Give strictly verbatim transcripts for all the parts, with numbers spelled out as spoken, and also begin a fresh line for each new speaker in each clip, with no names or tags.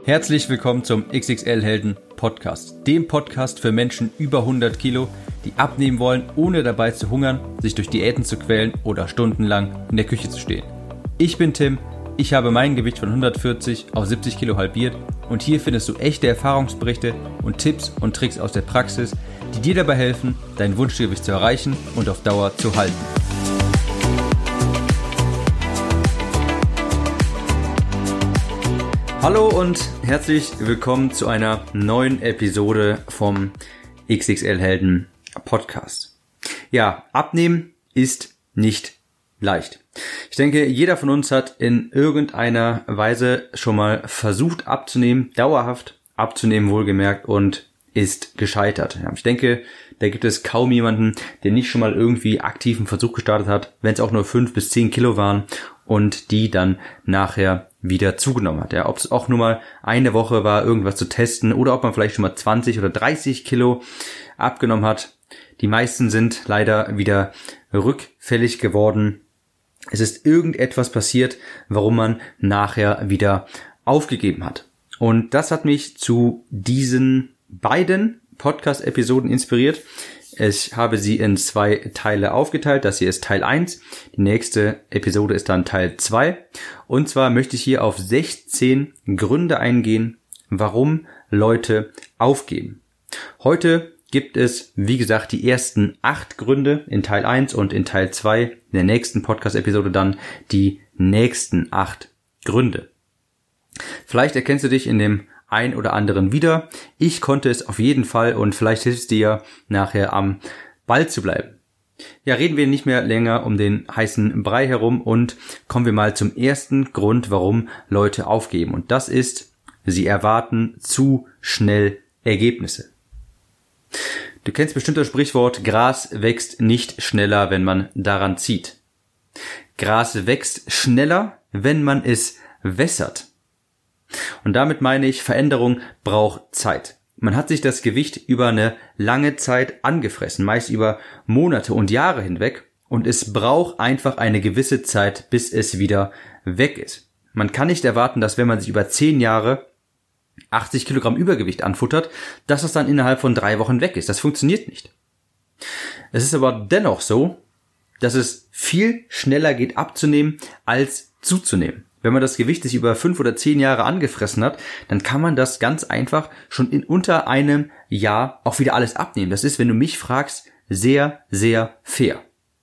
Herzlich willkommen zum X X L-Helden Podcast, dem Podcast für Menschen über hundert Kilo, die abnehmen wollen, ohne dabei zu hungern, sich durch Diäten zu quälen oder stundenlang in der Küche zu stehen. Ich bin Tim, ich habe mein Gewicht von hundertvierzig auf siebzig Kilo halbiert und hier findest du echte Erfahrungsberichte und Tipps und Tricks aus der Praxis, die dir dabei helfen, dein Wunschgewicht zu erreichen und auf Dauer zu halten. Hallo und herzlich willkommen zu einer neuen Episode vom X X L-Helden Podcast. Ja, abnehmen ist nicht leicht. Ich denke, jeder von uns hat in irgendeiner Weise schon mal versucht abzunehmen, dauerhaft abzunehmen, wohlgemerkt, und ist gescheitert. Ja, ich denke, da gibt es kaum jemanden, der nicht schon mal irgendwie aktiven Versuch gestartet hat, wenn es auch nur fünf bis zehn Kilo waren und die dann nachher wieder zugenommen hat. Ja, ob es auch nur mal eine Woche war, irgendwas zu testen, oder ob man vielleicht schon mal zwanzig oder dreißig Kilo abgenommen hat. Die meisten sind leider wieder rückfällig geworden. Es ist irgendetwas passiert, warum man nachher wieder aufgegeben hat. Und das hat mich zu diesen beiden Podcast-Episoden inspiriert. Ich habe sie in zwei Teile aufgeteilt. Das hier ist Teil eins. Die nächste Episode ist dann Teil zwei. Und zwar möchte ich hier auf sechzehn Gründe eingehen, warum Leute aufgeben. Heute gibt es, wie gesagt, die ersten acht Gründe in Teil eins und in Teil zwei, in der nächsten Podcast-Episode dann die nächsten acht Gründe. Vielleicht erkennst du dich in dem ein oder anderen wieder. Ich konnte es auf jeden Fall und vielleicht hilft es dir nachher am Ball zu bleiben. Ja, reden wir nicht mehr länger um den heißen Brei herum und kommen wir mal zum ersten Grund, warum Leute aufgeben. Und das ist, sie erwarten zu schnell Ergebnisse. Du kennst bestimmt das Sprichwort, Gras wächst nicht schneller, wenn man daran zieht. Gras wächst schneller, wenn man es wässert. Und damit meine ich, Veränderung braucht Zeit. Man hat sich das Gewicht über eine lange Zeit angefressen, meist über Monate und Jahre hinweg, und es braucht einfach eine gewisse Zeit, bis es wieder weg ist. Man kann nicht erwarten, dass wenn man sich über zehn Jahre achtzig Kilogramm Übergewicht anfuttert, dass das dann innerhalb von drei Wochen weg ist. Das funktioniert nicht. Es ist aber dennoch so, dass es viel schneller geht abzunehmen als zuzunehmen. Wenn man das Gewicht sich über fünf oder zehn Jahre angefressen hat, dann kann man das ganz einfach schon in unter einem Jahr auch wieder alles abnehmen. Das ist, wenn du mich fragst, sehr, sehr fair.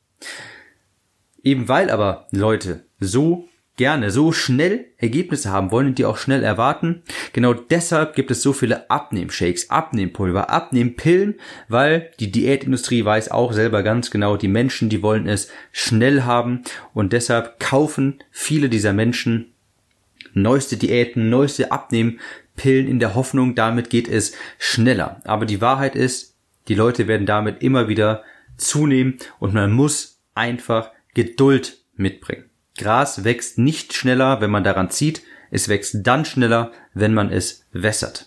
Eben weil aber Leute so gerne, so schnell Ergebnisse haben wollen und die auch schnell erwarten, genau deshalb gibt es so viele Abnehmshakes, Abnehmpulver, Abnehmpillen, weil die Diätindustrie weiß auch selber ganz genau, die Menschen, die wollen es schnell haben, und deshalb kaufen viele dieser Menschen neueste Diäten, neueste Abnehmpillen in der Hoffnung, damit geht es schneller. Aber die Wahrheit ist, die Leute werden damit immer wieder zunehmen und man muss einfach Geduld mitbringen. Gras wächst nicht schneller, wenn man daran zieht. Es wächst dann schneller, wenn man es wässert.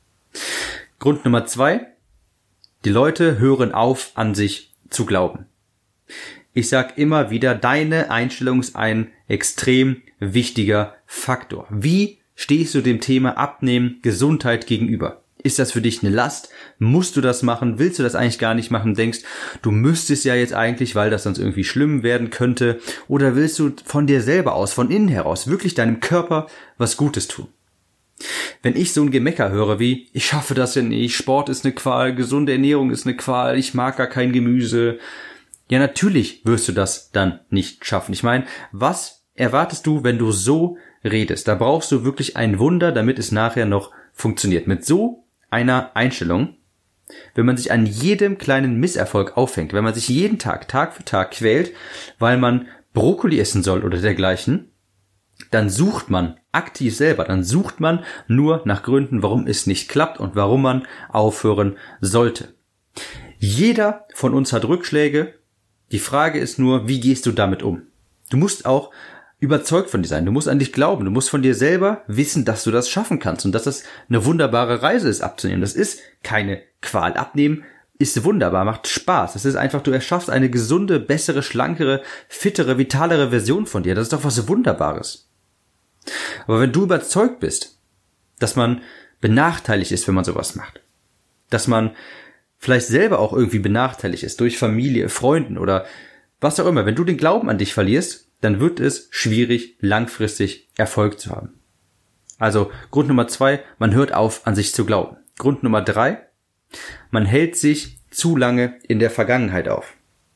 Grund Nummer zwei. Die Leute hören auf, an sich zu glauben. Ich sag immer wieder, deine Einstellung ist ein extrem wichtiger Faktor. Wie stehst du dem Thema Abnehmen, Gesundheit gegenüber? Ist das für dich eine Last? Musst du das machen? Willst du das eigentlich gar nicht machen? Denkst, du müsstest ja jetzt eigentlich, weil das sonst irgendwie schlimm werden könnte? Oder willst du von dir selber aus, von innen heraus, wirklich deinem Körper was Gutes tun? Wenn ich so ein Gemecker höre wie, ich schaffe das ja nicht, Sport ist eine Qual, gesunde Ernährung ist eine Qual, ich mag gar kein Gemüse. Ja, natürlich wirst du das dann nicht schaffen. Ich meine, was erwartest du, wenn du so redest? Da brauchst du wirklich ein Wunder, damit es nachher noch funktioniert. Mit so einer Einstellung, wenn man sich an jedem kleinen Misserfolg aufhängt, wenn man sich jeden Tag, Tag für Tag quält, weil man Brokkoli essen soll oder dergleichen, dann sucht man aktiv selber, dann sucht man nur nach Gründen, warum es nicht klappt und warum man aufhören sollte. Jeder von uns hat Rückschläge. Die Frage ist nur, wie gehst du damit um? Du musst auch überzeugt von dir sein. Du musst an dich glauben. Du musst von dir selber wissen, dass du das schaffen kannst und dass das eine wunderbare Reise ist, abzunehmen. Das ist keine Qual. Abnehmen ist wunderbar, macht Spaß. Das ist einfach, du erschaffst eine gesunde, bessere, schlankere, fittere, vitalere Version von dir. Das ist doch was Wunderbares. Aber wenn du überzeugt bist, dass man benachteiligt ist, wenn man sowas macht. Dass man vielleicht selber auch irgendwie benachteiligt ist durch Familie, Freunden oder was auch immer. Wenn du den Glauben an dich verlierst, dann wird es schwierig, langfristig Erfolg zu haben. Also Grund Nummer zwei, man hört auf, an sich zu glauben. Grund Nummer drei, man hält sich zu lange in der Vergangenheit auf.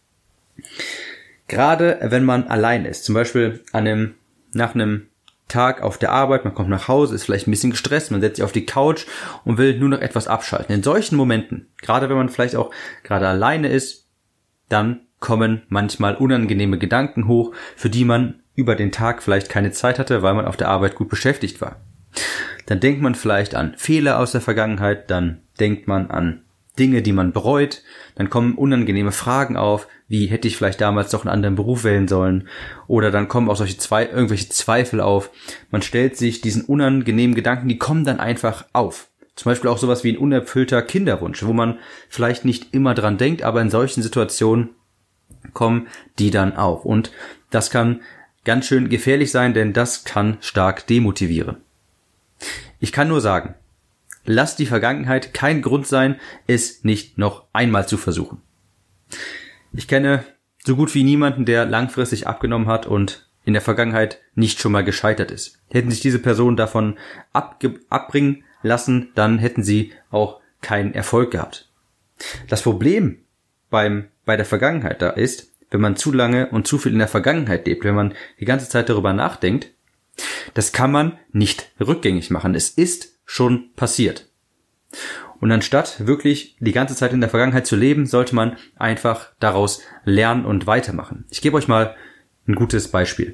Gerade wenn man allein ist, zum Beispiel an einem, nach einem Tag auf der Arbeit, man kommt nach Hause, ist vielleicht ein bisschen gestresst, man setzt sich auf die Couch und will nur noch etwas abschalten. In solchen Momenten, gerade wenn man vielleicht auch gerade alleine ist, dann kommen manchmal unangenehme Gedanken hoch, für die man über den Tag vielleicht keine Zeit hatte, weil man auf der Arbeit gut beschäftigt war. Dann denkt man vielleicht an Fehler aus der Vergangenheit, dann denkt man an Dinge, die man bereut, dann kommen unangenehme Fragen auf, wie hätte ich vielleicht damals doch einen anderen Beruf wählen sollen, oder dann kommen auch solche zwei, irgendwelche Zweifel auf. Man stellt sich diesen unangenehmen Gedanken, die kommen dann einfach auf. Zum Beispiel auch sowas wie ein unerfüllter Kinderwunsch, wo man vielleicht nicht immer dran denkt, aber in solchen Situationen kommen die dann auf. Und das kann ganz schön gefährlich sein, denn das kann stark demotivieren. Ich kann nur sagen, lass die Vergangenheit kein Grund sein, es nicht noch einmal zu versuchen. Ich kenne so gut wie niemanden, der langfristig abgenommen hat und in der Vergangenheit nicht schon mal gescheitert ist. Hätten sich diese Personen davon abge- abbringen lassen, dann hätten sie auch keinen Erfolg gehabt. Das Problem beim, bei der Vergangenheit da ist, wenn man zu lange und zu viel in der Vergangenheit lebt, wenn man die ganze Zeit darüber nachdenkt, das kann man nicht rückgängig machen. Es ist schon passiert. Und anstatt wirklich die ganze Zeit in der Vergangenheit zu leben, sollte man einfach daraus lernen und weitermachen. Ich gebe euch mal ein gutes Beispiel.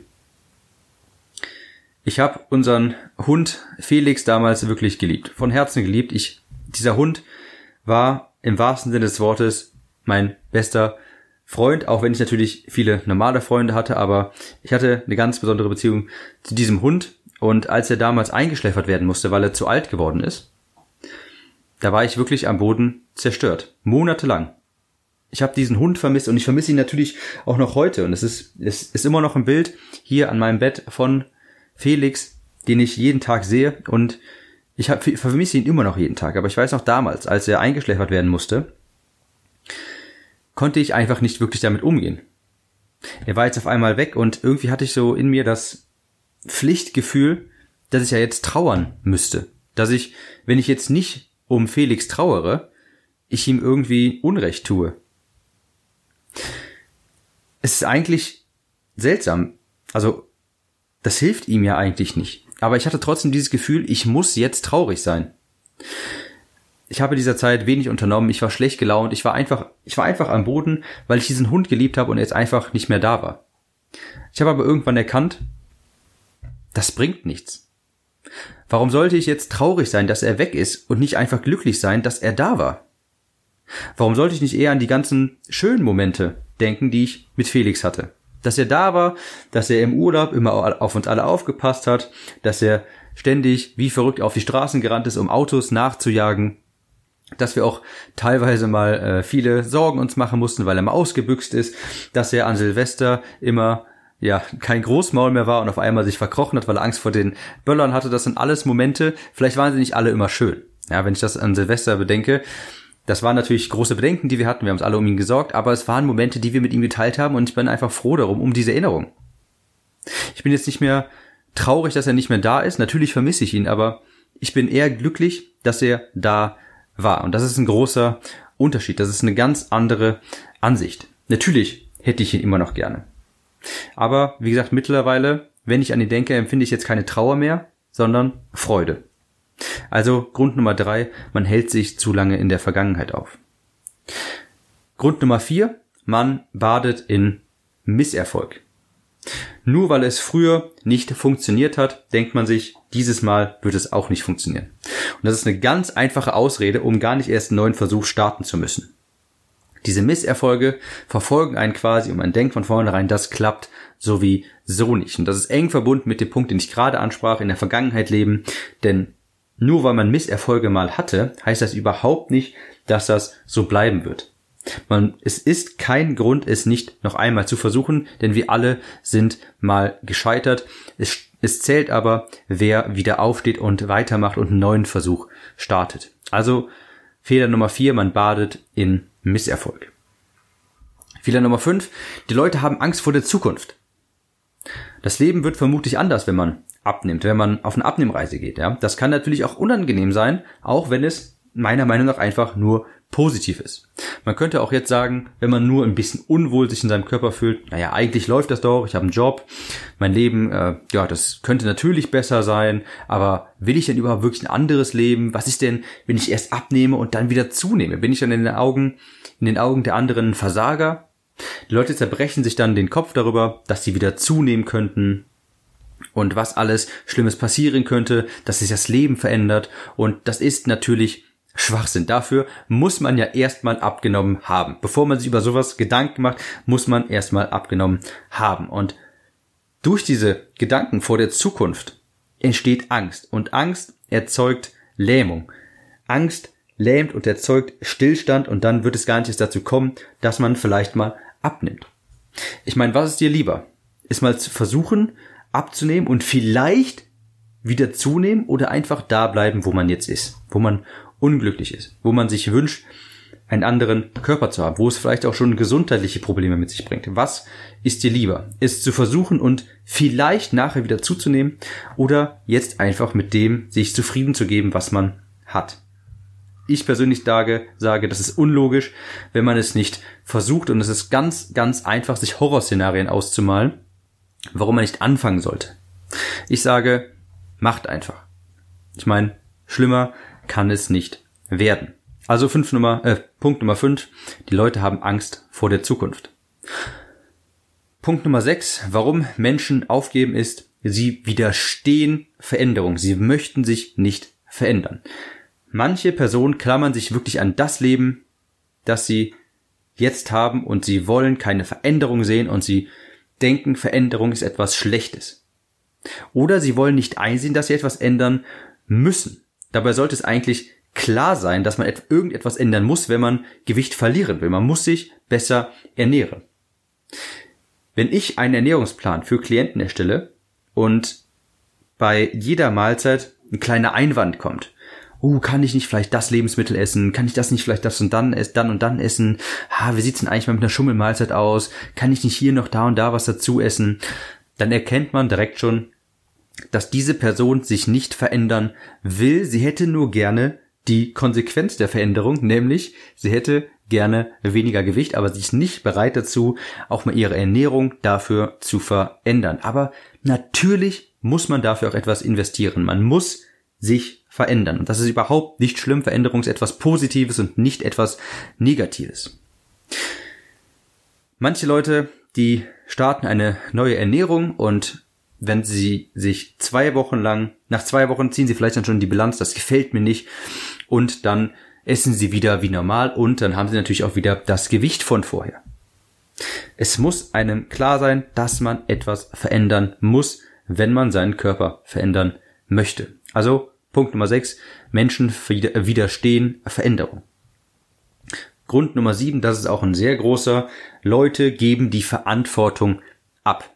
Ich habe unseren Hund Felix damals wirklich geliebt, von Herzen geliebt. Ich, dieser Hund war im wahrsten Sinne des Wortes mein bester Freund, auch wenn ich natürlich viele normale Freunde hatte, aber ich hatte eine ganz besondere Beziehung zu diesem Hund. Und als er damals eingeschläfert werden musste, weil er zu alt geworden ist, da war ich wirklich am Boden zerstört. Monatelang. Ich habe diesen Hund vermisst und ich vermisse ihn natürlich auch noch heute. Und es ist, es ist immer noch ein Bild hier an meinem Bett von Felix, den ich jeden Tag sehe. Und ich hab, vermisse ihn immer noch jeden Tag. Aber ich weiß noch damals, als er eingeschläfert werden musste, konnte ich einfach nicht wirklich damit umgehen. Er war jetzt auf einmal weg und irgendwie hatte ich so in mir das Pflichtgefühl, dass ich ja jetzt trauern müsste. Dass ich, wenn ich jetzt nicht um Felix trauere, ich ihm irgendwie Unrecht tue. Es ist eigentlich seltsam. Also, das hilft ihm ja eigentlich nicht. Aber ich hatte trotzdem dieses Gefühl, ich muss jetzt traurig sein. Ich habe in dieser Zeit wenig unternommen, ich war schlecht gelaunt, ich war einfach, ich war einfach am Boden, weil ich diesen Hund geliebt habe und er jetzt einfach nicht mehr da war. Ich habe aber irgendwann erkannt, das bringt nichts. Warum sollte ich jetzt traurig sein, dass er weg ist und nicht einfach glücklich sein, dass er da war? Warum sollte ich nicht eher an die ganzen schönen Momente denken, die ich mit Felix hatte? Dass er da war, dass er im Urlaub immer auf uns alle aufgepasst hat, dass er ständig wie verrückt auf die Straßen gerannt ist, um Autos nachzujagen, dass wir auch teilweise mal äh, viele Sorgen uns machen mussten, weil er mal ausgebüxt ist, dass er an Silvester immer ja kein Großmaul mehr war und auf einmal sich verkrochen hat, weil er Angst vor den Böllern hatte. Das sind alles Momente, vielleicht waren sie nicht alle immer schön. Ja, wenn ich das an Silvester bedenke, das waren natürlich große Bedenken, die wir hatten, wir haben uns alle um ihn gesorgt, aber es waren Momente, die wir mit ihm geteilt haben und ich bin einfach froh darum, um diese Erinnerung. Ich bin jetzt nicht mehr traurig, dass er nicht mehr da ist, natürlich vermisse ich ihn, aber ich bin eher glücklich, dass er da war. Und das ist ein großer Unterschied. Das ist eine ganz andere Ansicht. Natürlich hätte ich ihn immer noch gerne. Aber wie gesagt, mittlerweile, wenn ich an ihn denke, empfinde ich jetzt keine Trauer mehr, sondern Freude. Also Grund Nummer drei, man hält sich zu lange in der Vergangenheit auf. Grund Nummer vier, man badet in Misserfolg. Nur weil es früher nicht funktioniert hat, denkt man sich, dieses Mal wird es auch nicht funktionieren. Und das ist eine ganz einfache Ausrede, um gar nicht erst einen neuen Versuch starten zu müssen. Diese Misserfolge verfolgen einen quasi und man denkt von vornherein, das klappt sowieso nicht. Und das ist eng verbunden mit dem Punkt, den ich gerade ansprach, in der Vergangenheit leben. Denn nur weil man Misserfolge mal hatte, heißt das überhaupt nicht, dass das so bleiben wird. Man, es ist kein Grund, es nicht noch einmal zu versuchen, denn wir alle sind mal gescheitert. Es, es zählt aber, wer wieder aufsteht und weitermacht und einen neuen Versuch startet. Also Fehler Nummer vier, man badet in Misserfolg. Fehler Nummer fünf, die Leute haben Angst vor der Zukunft. Das Leben wird vermutlich anders, wenn man abnimmt, wenn man auf eine Abnehmreise geht. Ja? Das kann natürlich auch unangenehm sein, auch wenn es meiner Meinung nach einfach nur positiv ist. Man könnte auch jetzt sagen, wenn man nur ein bisschen unwohl sich in seinem Körper fühlt, naja, eigentlich läuft das doch, ich habe einen Job, mein Leben, äh, ja, das könnte natürlich besser sein, aber will ich denn überhaupt wirklich ein anderes Leben? Was ist denn, wenn ich erst abnehme und dann wieder zunehme? Bin ich dann in den Augen, in den Augen der anderen ein Versager? Die Leute zerbrechen sich dann den Kopf darüber, dass sie wieder zunehmen könnten und was alles Schlimmes passieren könnte, dass sich das Leben verändert, und das ist natürlich Schwachsinn. Dafür muss man ja erstmal abgenommen haben. Bevor man sich über sowas Gedanken macht, muss man erstmal abgenommen haben. Und durch diese Gedanken vor der Zukunft entsteht Angst. Und Angst erzeugt Lähmung. Angst lähmt und erzeugt Stillstand, und dann wird es gar nicht erst dazu kommen, dass man vielleicht mal abnimmt. Ich meine, was ist dir lieber? Ist mal zu versuchen, abzunehmen und vielleicht wieder zunehmen, oder einfach da bleiben, wo man jetzt ist, wo man unglücklich ist, wo man sich wünscht, einen anderen Körper zu haben, wo es vielleicht auch schon gesundheitliche Probleme mit sich bringt. Was ist dir lieber? Ist zu versuchen und vielleicht nachher wieder zuzunehmen, oder jetzt einfach mit dem sich zufrieden zu geben, was man hat? Ich persönlich sage, sage, das ist unlogisch, wenn man es nicht versucht, und es ist ganz, ganz einfach, sich Horrorszenarien auszumalen, warum man nicht anfangen sollte. Ich sage, macht einfach. Ich meine, schlimmer kann es nicht werden. Also fünf Nummer, äh, Punkt Nummer fünf, die Leute haben Angst vor der Zukunft. Punkt Nummer sechs, warum Menschen aufgeben, ist, sie widerstehen Veränderung. Sie möchten sich nicht verändern. Manche Personen klammern sich wirklich an das Leben, das sie jetzt haben, und sie wollen keine Veränderung sehen, und sie denken, Veränderung ist etwas Schlechtes. Oder sie wollen nicht einsehen, dass sie etwas ändern müssen. Dabei sollte es eigentlich klar sein, dass man irgendetwas ändern muss, wenn man Gewicht verlieren will. Man muss sich besser ernähren. Wenn ich einen Ernährungsplan für Klienten erstelle und bei jeder Mahlzeit ein kleiner Einwand kommt, uh, kann ich nicht vielleicht das Lebensmittel essen? Kann ich das nicht vielleicht das und dann, dann und dann essen? Ha, wie sieht's denn eigentlich mal mit einer Schummelmahlzeit aus? Kann ich nicht hier noch da und da was dazu essen? Dann erkennt man direkt schon, dass diese Person sich nicht verändern will. Sie hätte nur gerne die Konsequenz der Veränderung, nämlich sie hätte gerne weniger Gewicht, aber sie ist nicht bereit dazu, auch mal ihre Ernährung dafür zu verändern. Aber natürlich muss man dafür auch etwas investieren. Man muss sich verändern. Und das ist überhaupt nicht schlimm. Veränderung ist etwas Positives und nicht etwas Negatives. Manche Leute, die starten eine neue Ernährung, und wenn sie sich zwei Wochen lang, nach zwei Wochen ziehen sie vielleicht dann schon die Bilanz, das gefällt mir nicht, und dann essen sie wieder wie normal, und dann haben sie natürlich auch wieder das Gewicht von vorher. Es muss einem klar sein, dass man etwas verändern muss, wenn man seinen Körper verändern möchte. Also Punkt Nummer sechs, Menschen widerstehen Veränderung. Grund Nummer sieben, das ist auch ein sehr großer, Leute geben die Verantwortung ab.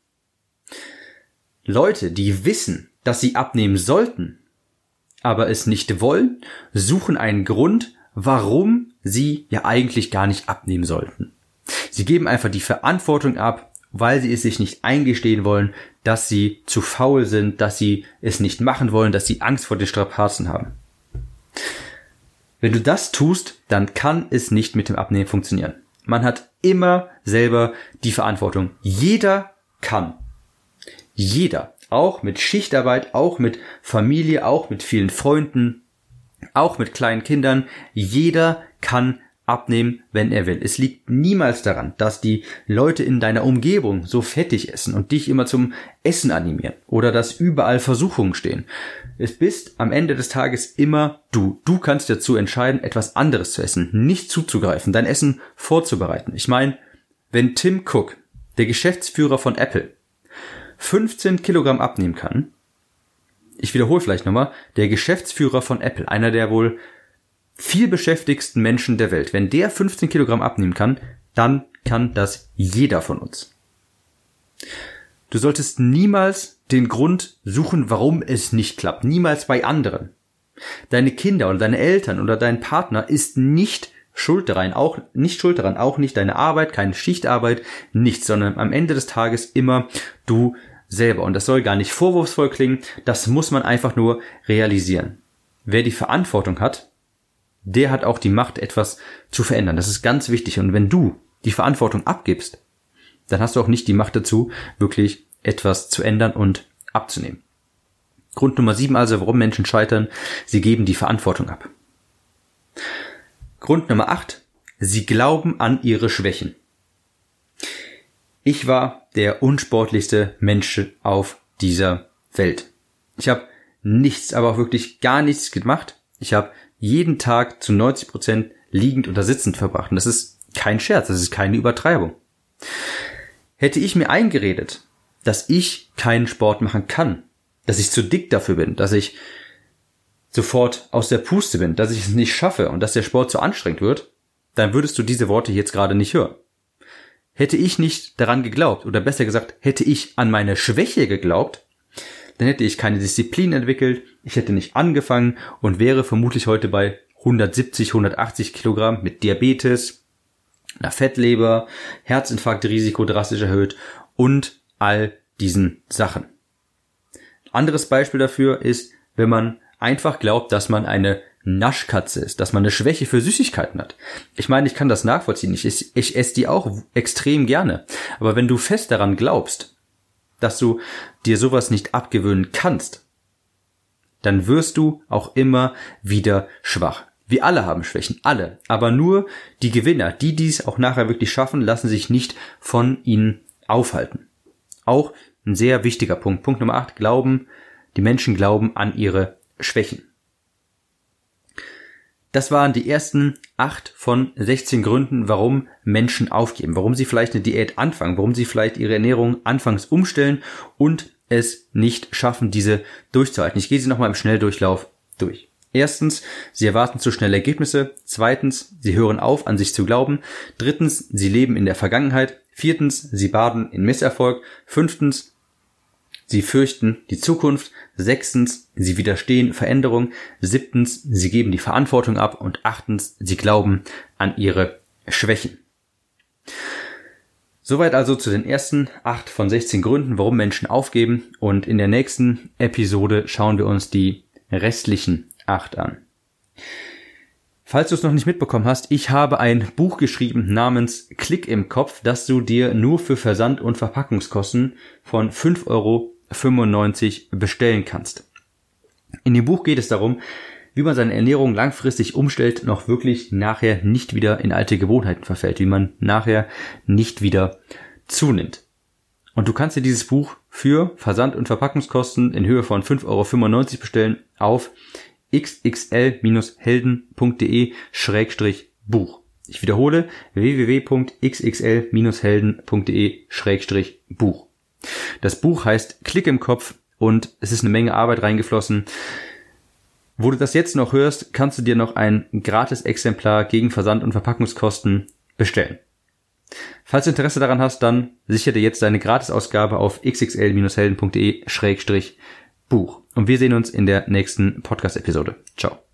Leute, die wissen, dass sie abnehmen sollten, aber es nicht wollen, suchen einen Grund, warum sie ja eigentlich gar nicht abnehmen sollten. Sie geben einfach die Verantwortung ab, weil sie es sich nicht eingestehen wollen, dass sie zu faul sind, dass sie es nicht machen wollen, dass sie Angst vor den Strapazen haben. Wenn du das tust, dann kann es nicht mit dem Abnehmen funktionieren. Man hat immer selber die Verantwortung. Jeder kann. Jeder. Auch mit Schichtarbeit, auch mit Familie, auch mit vielen Freunden, auch mit kleinen Kindern. Jeder kann abnehmen, wenn er will. Es liegt niemals daran, dass die Leute in deiner Umgebung so fettig essen und dich immer zum Essen animieren oder dass überall Versuchungen stehen. Es bist am Ende des Tages immer du. Du kannst dazu entscheiden, etwas anderes zu essen, nicht zuzugreifen, dein Essen vorzubereiten. Ich meine, wenn Tim Cook, der Geschäftsführer von Apple, fünfzehn Kilogramm abnehmen kann, ich wiederhole vielleicht nochmal, der Geschäftsführer von Apple, einer der wohl viel beschäftigsten Menschen der Welt, wenn der fünfzehn Kilogramm abnehmen kann, dann kann das jeder von uns. Du solltest niemals den Grund suchen, warum es nicht klappt. Niemals bei anderen. Deine Kinder oder deine Eltern oder dein Partner ist nicht schuld daran, auch nicht schuld daran, auch nicht deine Arbeit, keine Schichtarbeit, nichts, sondern am Ende des Tages immer du selber. Und das soll gar nicht vorwurfsvoll klingen, das muss man einfach nur realisieren. Wer die Verantwortung hat, der hat auch die Macht, etwas zu verändern. Das ist ganz wichtig. Und wenn du die Verantwortung abgibst, dann hast du auch nicht die Macht dazu, wirklich etwas zu ändern und abzunehmen. Grund Nummer sieben also, warum Menschen scheitern: Sie geben die Verantwortung ab. Grund Nummer acht, sie glauben an ihre Schwächen. Ich war der unsportlichste Mensch auf dieser Welt. Ich habe nichts, aber auch wirklich gar nichts gemacht. Ich habe jeden Tag zu neunzig Prozent liegend oder sitzend verbracht. Und das ist kein Scherz, das ist keine Übertreibung. Hätte ich mir eingeredet, dass ich keinen Sport machen kann, dass ich zu dick dafür bin, dass ich sofort aus der Puste bin, dass ich es nicht schaffe und dass der Sport zu anstrengend wird, dann würdest du diese Worte jetzt gerade nicht hören. Hätte ich nicht daran geglaubt, oder besser gesagt, hätte ich an meine Schwäche geglaubt, dann hätte ich keine Disziplin entwickelt, ich hätte nicht angefangen und wäre vermutlich heute bei hundertsiebzig, hundertachtzig Kilogramm mit Diabetes, einer Fettleber, Herzinfarktrisiko drastisch erhöht und all diesen Sachen. Anderes Beispiel dafür ist, wenn man einfach glaubt, dass man eine Naschkatze ist, dass man eine Schwäche für Süßigkeiten hat. Ich meine, ich kann das nachvollziehen. Ich, ich, ich esse die auch extrem gerne. Aber wenn du fest daran glaubst, dass du dir sowas nicht abgewöhnen kannst, dann wirst du auch immer wieder schwach. Wir alle haben Schwächen, alle. Aber nur die Gewinner, die dies auch nachher wirklich schaffen, lassen sich nicht von ihnen aufhalten. Auch ein sehr wichtiger Punkt. Punkt Nummer acht, glauben, die Menschen glauben an ihre Schwächen. Das waren die ersten acht von sechzehn Gründen, warum Menschen aufgeben, warum sie vielleicht eine Diät anfangen, warum sie vielleicht ihre Ernährung anfangs umstellen und es nicht schaffen, diese durchzuhalten. Ich gehe sie nochmal im Schnelldurchlauf durch. Erstens, sie erwarten zu schnell Ergebnisse. Zweitens, sie hören auf, an sich zu glauben. Drittens, sie leben in der Vergangenheit. Viertens, sie baden in Misserfolg. Fünftens, sie fürchten die Zukunft. Sechstens, sie widerstehen Veränderung. Siebtens, sie geben die Verantwortung ab. Und achtens, sie glauben an ihre Schwächen. Soweit also zu den ersten acht von sechzehn Gründen, warum Menschen aufgeben. Und in der nächsten Episode schauen wir uns die restlichen acht an. Falls du es noch nicht mitbekommen hast, ich habe ein Buch geschrieben namens Klick im Kopf, das du dir nur für Versand und Verpackungskosten von fünf Euro fünfundneunzig bestellen kannst. In dem Buch geht es darum, wie man seine Ernährung langfristig umstellt, noch wirklich nachher nicht wieder in alte Gewohnheiten verfällt, wie man nachher nicht wieder zunimmt. Und du kannst dir dieses Buch für Versand- und Verpackungskosten in Höhe von fünf Euro fünfundneunzig bestellen auf x x l Bindestrich helden Punkt de Schrägstrich Buch. Ich wiederhole, w w w Punkt x x l Bindestrich helden Punkt de Schrägstrich Buch. Das Buch heißt Klick im Kopf und es ist eine Menge Arbeit reingeflossen. Wo du das jetzt noch hörst, kannst du dir noch ein gratis Exemplar gegen Versand- und Verpackungskosten bestellen. Falls du Interesse daran hast, dann sichere dir jetzt deine Gratisausgabe auf x x l Bindestrich helden Punkt de Schrägstrich Buch. Und wir sehen uns in der nächsten Podcast-Episode. Ciao.